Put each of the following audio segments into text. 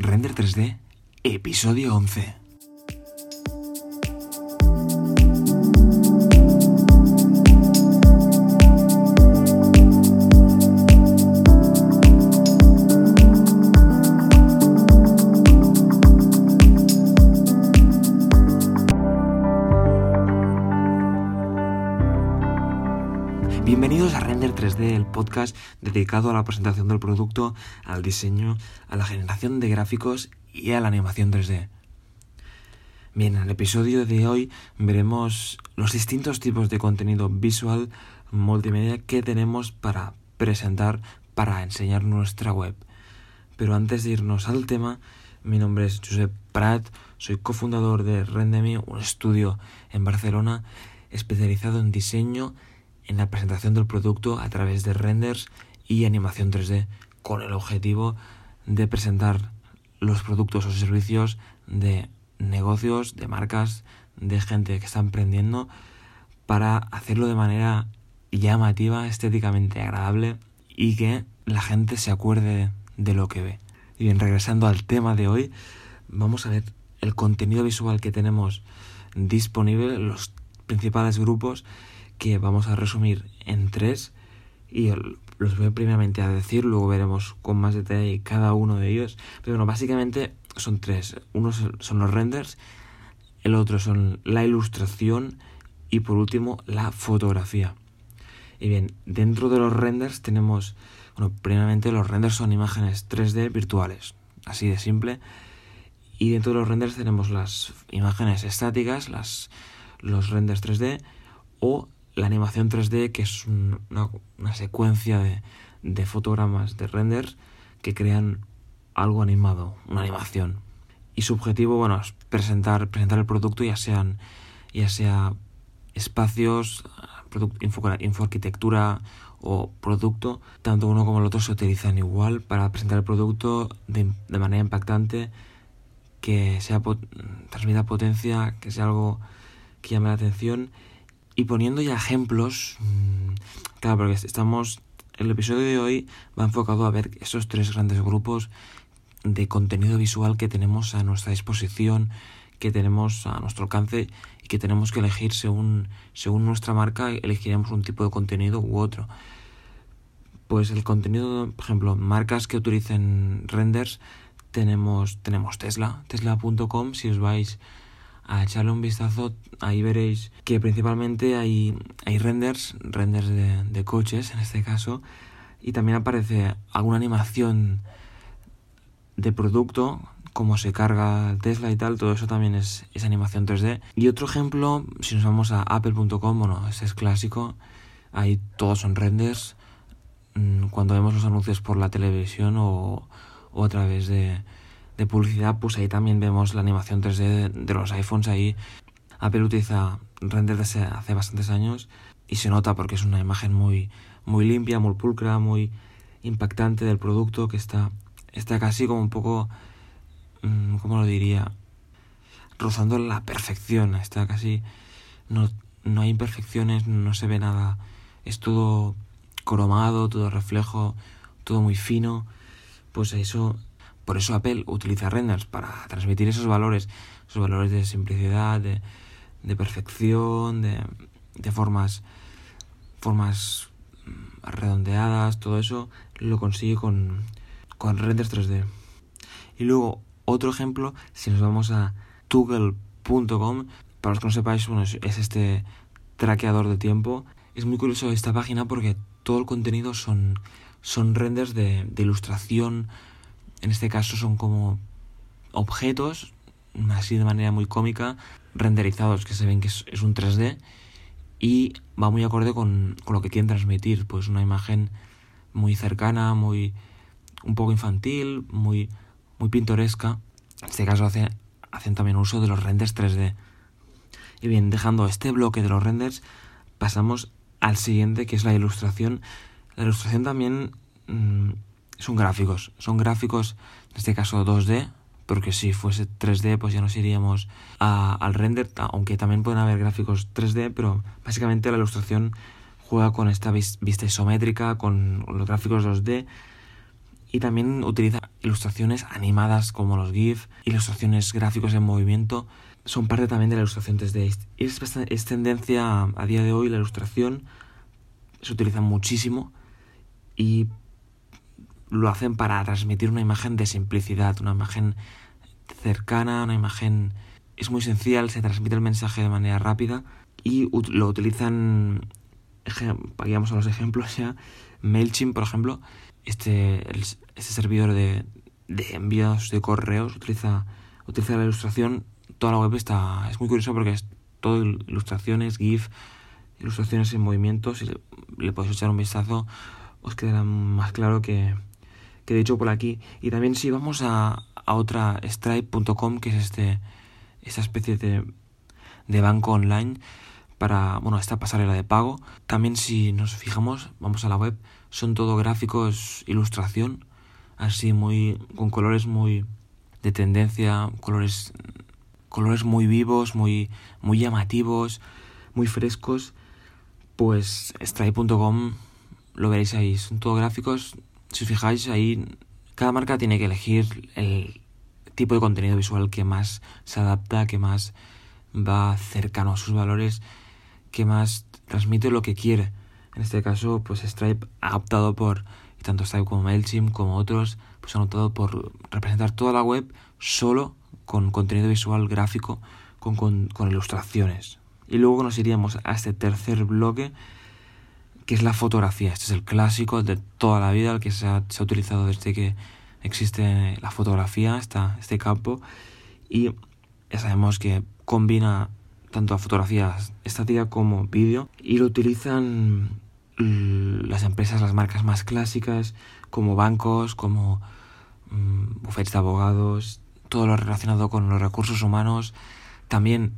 Render 3D, episodio 11. Bienvenidos a Render 3D, el podcast dedicado a la presentación del producto, al diseño, a la generación de gráficos y a la animación 3D. Bien, en el episodio de hoy veremos los distintos tipos de contenido visual multimedia que tenemos para presentar, para enseñar nuestra web. Pero antes de irnos al tema, mi nombre es Josep Prat, soy cofundador de Rendemi, un estudio en Barcelona especializado en diseño, en la presentación del producto a través de renders y animación 3D, con el objetivo de presentar los productos o servicios de negocios, de marcas, de gente que está emprendiendo, para hacerlo de manera llamativa, estéticamente agradable y que la gente se acuerde de lo que ve. Y bien, regresando al tema de hoy, vamos a ver el contenido visual que tenemos disponible, los principales grupos, que vamos a resumir en 3 y los voy primeramente a decir, luego veremos con más detalle cada uno de ellos. Pero bueno, básicamente son 3. Uno son los renders, el otro son la ilustración y por último la fotografía. Y bien, dentro de los renders tenemos, primeramente los renders son imágenes 3D virtuales, así de simple. Y dentro de los renders tenemos las imágenes estáticas, los renders 3D o la animación 3D, que es una secuencia de fotogramas, de renders que crean algo animado, una animación. Y su objetivo, es presentar el producto, ya sea espacios, infoarquitectura o producto. Tanto uno como el otro se utilizan igual para presentar el producto de manera impactante, que transmita potencia, que sea algo que llame la atención. Y poniendo ya ejemplos, claro, porque el episodio de hoy va enfocado a ver esos 3 grandes grupos de contenido visual que tenemos a nuestra disposición, que tenemos a nuestro alcance y que tenemos que elegir según nuestra marca, elegiremos un tipo de contenido u otro. Pues el contenido, por ejemplo, marcas que utilicen renders, tenemos tesla.com. Si os vais a echarle un vistazo, ahí veréis que principalmente hay renders de coches en este caso, y también aparece alguna animación de producto, como se carga Tesla y tal. Todo eso también es animación 3D. Y otro ejemplo, si nos vamos a apple.com, ese es clásico, ahí todos son renders. Cuando vemos los anuncios por la televisión o a través de publicidad, pues ahí también vemos la animación 3D de los iPhones. Ahí Apple utiliza render desde hace bastantes años y se nota porque es una imagen muy, muy limpia, muy pulcra, muy impactante del producto, que está casi como un poco, ¿cómo lo diría?, rozando la perfección. Está casi, no hay imperfecciones, no se ve nada, es todo cromado, todo reflejo, todo muy fino. Pues por eso Apple utiliza renders, para transmitir esos valores de simplicidad, de perfección, de formas redondeadas. Todo eso lo consigue con renders 3D. Y luego, otro ejemplo, si nos vamos a toggle.com, para los que no sepáis, es este traqueador de tiempo. Es muy curioso esta página porque todo el contenido son renders de ilustración. En este caso son como objetos, así de manera muy cómica, renderizados, que se ven que es un 3D, y va muy acorde con lo que quieren transmitir. Pues una imagen muy cercana, un poco infantil, muy, muy pintoresca. En este caso hacen también uso de los renders 3D. Y bien, dejando este bloque de los renders, pasamos al siguiente, que es la ilustración. La ilustración también son gráficos, en este caso 2D, porque si fuese 3D pues ya nos iríamos al render, aunque también pueden haber gráficos 3D, pero básicamente la ilustración juega con esta vista isométrica, con los gráficos 2D, Y también utiliza ilustraciones animadas como los GIF, ilustraciones gráficos en movimiento. Son parte también de la ilustración 3D. Es tendencia a día de hoy la ilustración. Se utiliza muchísimo y lo hacen para transmitir una imagen de simplicidad, una imagen cercana, una imagen... Es muy sencilla, se transmite el mensaje de manera rápida y lo utilizan... Aquí vamos a los ejemplos ya. MailChimp, por ejemplo, este servidor de envíos de correos utiliza la ilustración. Toda la web es muy curioso porque es todo ilustraciones, GIF, ilustraciones en movimiento. Si le podéis echar un vistazo, os quedará más claro que he dicho por aquí. Y también si vamos a otra, Stripe.com, que es esta especie de banco online para, esta pasarela de pago. También si nos fijamos, vamos a la web, son todo gráficos, ilustración, así con colores muy de tendencia, colores muy vivos, muy llamativos, muy frescos. Pues Stripe.com lo veréis ahí, son todo gráficos. Si os fijáis ahí, cada marca tiene que elegir el tipo de contenido visual que más se adapta, que más va cercano a sus valores, que más transmite lo que quiere. En este caso, pues Stripe ha optado por, y tanto Stripe como MailChimp como otros, pues han optado por representar toda la web solo con contenido visual gráfico, con ilustraciones. Y luego nos iríamos a este tercer bloque, que es la fotografía. Este es el clásico de toda la vida, el que se ha utilizado desde que existe la fotografía, este campo. Y ya sabemos que combina tanto a fotografía estática como vídeo, y lo utilizan las empresas, las marcas más clásicas, como bancos, como bufetes de abogados, todo lo relacionado con los recursos humanos. También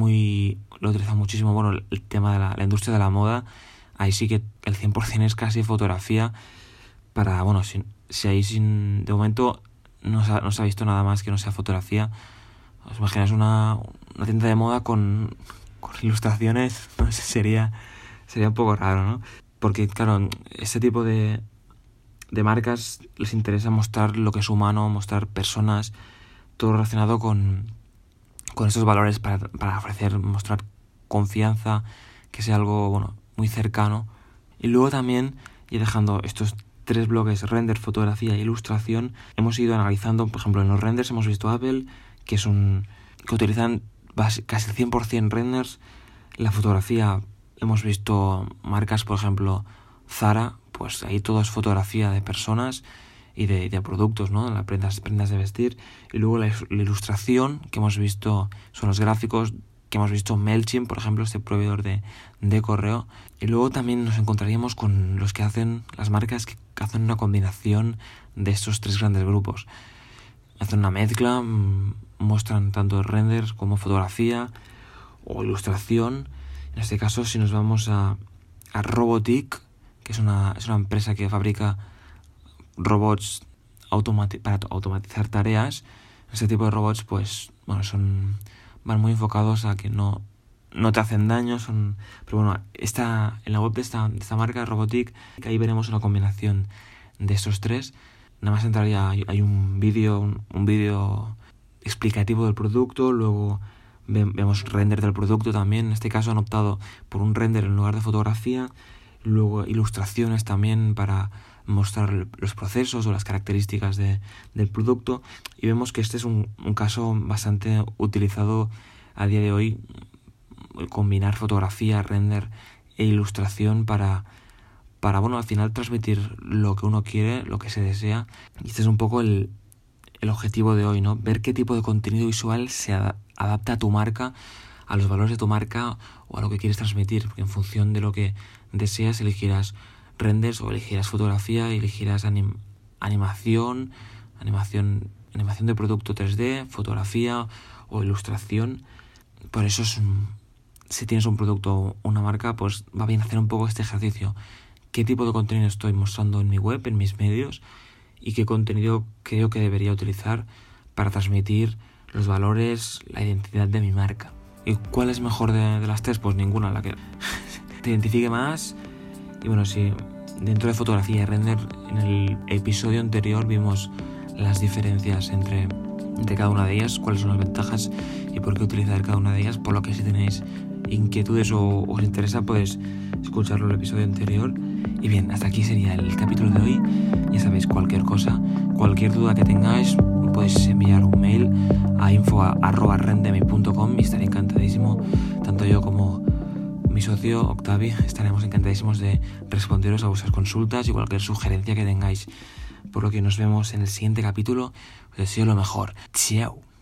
lo utilizan muchísimo, el tema de la industria de la moda. Ahí sí que el 100% es casi fotografía para, si ahí de momento no se ha visto nada más que no sea fotografía. ¿Os imagináis una tienda de moda con ilustraciones? No sé, sería un poco raro, ¿no? Porque, claro, este tipo de marcas les interesa mostrar lo que es humano, mostrar personas, todo relacionado con esos valores para mostrar confianza, que sea algo, muy cercano. Y luego también, y dejando estos 3 bloques, render, fotografía e ilustración, hemos ido analizando, por ejemplo, en los renders hemos visto Apple, que utilizan casi el 100% renders. La fotografía hemos visto marcas, por ejemplo, Zara, pues ahí todo es fotografía de personas y de productos, ¿no? Las prendas de vestir. Y luego la ilustración que hemos visto son los gráficos que hemos visto MailChimp, por ejemplo, este proveedor de correo. Y luego también nos encontraríamos con los que hacen, las marcas que hacen una combinación de estos 3 grandes grupos. Hacen una mezcla, muestran tanto renders como fotografía o ilustración. En este caso, si nos vamos a Robotic, que es una empresa que fabrica robots para automatizar tareas. Este tipo de robots, pues, van muy enfocados a que no te hacen daño. Pero en la web de esta marca, Robotic, que ahí veremos una combinación de estos 3. Nada más entraría, hay un vídeo explicativo del producto, luego vemos render del producto también. En este caso han optado por un render en lugar de fotografía, luego ilustraciones también para mostrar los procesos o las características del producto, y vemos que este es un caso bastante utilizado a día de hoy, combinar fotografía, render e ilustración para al final transmitir lo que uno quiere, lo que se desea. Y este es un poco el objetivo de hoy, ¿no? Ver qué tipo de contenido visual se adapta a tu marca, a los valores de tu marca o a lo que quieres transmitir, porque en función de lo que deseas elegirás renders o elegirás fotografía, elegirás animación de producto 3D, fotografía o ilustración. Por eso si tienes un producto o una marca, pues va bien hacer un poco este ejercicio. ¿Qué tipo de contenido estoy mostrando en mi web, en mis medios? ¿Y qué contenido creo que debería utilizar para transmitir los valores, la identidad de mi marca? ¿Y cuál es mejor de las 3? Pues ninguna, la que te identifique más. Y si dentro de fotografía y render, en el episodio anterior vimos las diferencias entre cada una de ellas, cuáles son las ventajas y por qué utilizar cada una de ellas, por lo que si tenéis inquietudes o os interesa podéis escucharlo en el episodio anterior. Y bien, hasta aquí sería el capítulo de hoy. Ya sabéis, cualquier cosa, cualquier duda que tengáis, podéis enviar un mail a info@rendemi.com y estaré encantadísimo, tanto yo como mi socio Octavi, estaremos encantadísimos de responderos a vuestras consultas y cualquier sugerencia que tengáis. Por lo que nos vemos en el siguiente capítulo. Os deseo lo mejor. Chao.